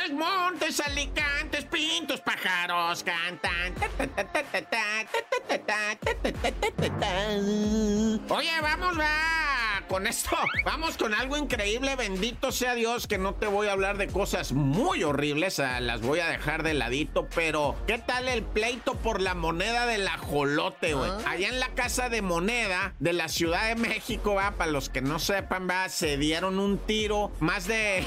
montes, alicantes, pintos, pájaros cantan. Oye, va con esto. Vamos con algo increíble. Bendito sea Dios que no te voy a hablar de cosas muy horribles. Las voy a dejar de ladito. Pero, ¿qué tal el pleito por la moneda del ajolote, güey? Allá en la Casa de Moneda de la Ciudad de México, para los que no sepan, se dieron un tiro. Más de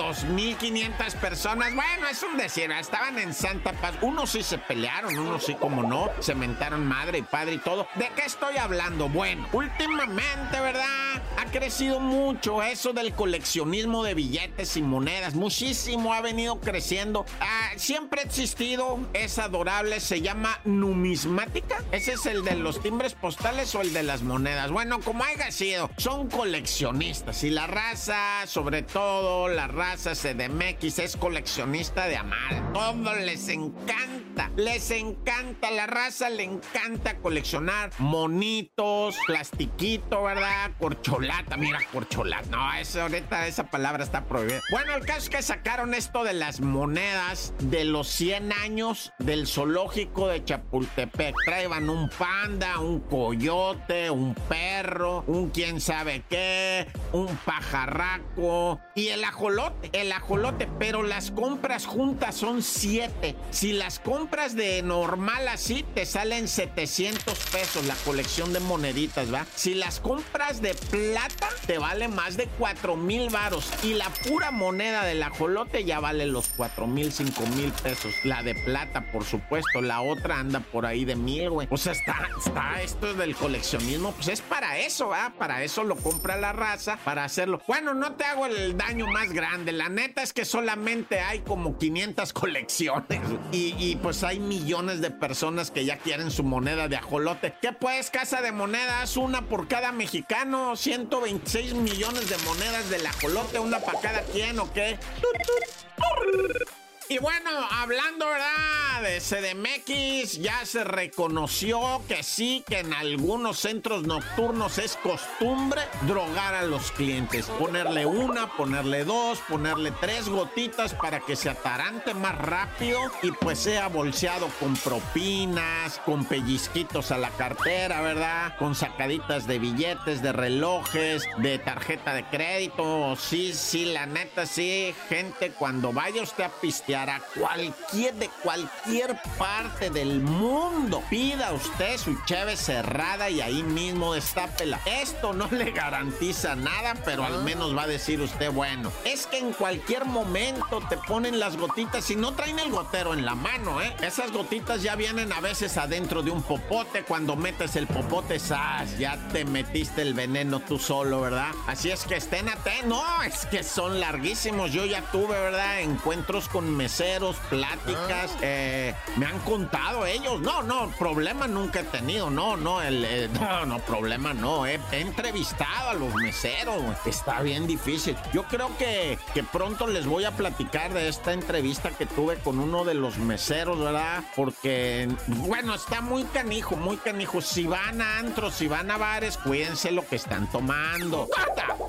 2,500 personas. Bueno, es un decir, estaban en Santa Paz. Unos sí se pelearon, unos sí, como no, se mentaron madre y padre y todo. ¿De qué estoy hablando? Bueno, últimamente, ¿verdad? Ha crecido mucho eso del coleccionismo de billetes y monedas. Muchísimo ha venido creciendo. Siempre ha existido, es adorable, se llama numismática. ¿Ese es el de los timbres postales o el de las monedas? Bueno, como haya sido, son coleccionistas. Y la raza, sobre todo la raza CDMX, es coleccionista de amar. Todo les encanta. Les encanta, la raza le encanta coleccionar monitos, plastiquito, ¿verdad? Corcholata, mira, corcholata. No, ahorita esa palabra está prohibida. Bueno, el caso es que sacaron esto de las monedas de los 100 años del zoológico de Chapultepec. Traían un panda, un coyote, un perro, un quién sabe qué, un pajarraco y el ajolote, pero las compras juntas son 7. Si las compras de normal así, te salen 700 pesos la colección de moneditas, ¿va? Si las compras de plata, te vale más de 4,000 varos. Y la pura moneda del ajolote ya vale los 4,000, 5,000 pesos. La de plata, por supuesto. La otra anda por ahí de 1,000, güey. O sea, está esto del coleccionismo, pues es para eso, ¿va? Para eso lo compra la raza, para hacerlo. Bueno, no te hago el daño más grande. La neta es que solamente hay como 500 colecciones. Y pues hay millones de personas que ya quieren su moneda de ajolote. ¿Qué pues, Casa de Monedas? Una por cada mexicano. 126 millones de monedas del ajolote. ¿Una para cada quien o qué? Y bueno, hablando, ¿verdad?, de CDMX, ya se reconoció que sí, que en algunos centros nocturnos es costumbre drogar a los clientes. Ponerle 1, ponerle 2, ponerle 3 gotitas para que se atarante más rápido y pues sea bolseado con propinas, con pellizquitos a la cartera, ¿verdad? Con sacaditas de billetes, de relojes, de tarjeta de crédito. Sí, la neta, sí, gente, cuando vaya usted a pistear a cualquier parte del mundo, pida usted su cheve cerrada y ahí mismo destápela. Esto no le garantiza nada, pero al menos va a decir usted, bueno, es que en cualquier momento te ponen las gotitas y no traen el gotero en la mano, ¿eh? Esas gotitas ya vienen a veces adentro de un popote. Cuando metes el popote, ¡zas!, ya te metiste el veneno tú solo, ¿verdad? Así es que estén atentos. No, es que son larguísimos. Yo ya tuve, ¿verdad?, encuentros con meseros, pláticas, me han contado ellos. No, problema nunca he tenido. No, problema no. He entrevistado a los meseros, güey. Está bien difícil. Yo creo que pronto les voy a platicar de esta entrevista que tuve con uno de los meseros, ¿verdad? Porque, bueno, está muy canijo. Si van a antros, si van a bares, cuídense lo que están tomando. ¡Corta!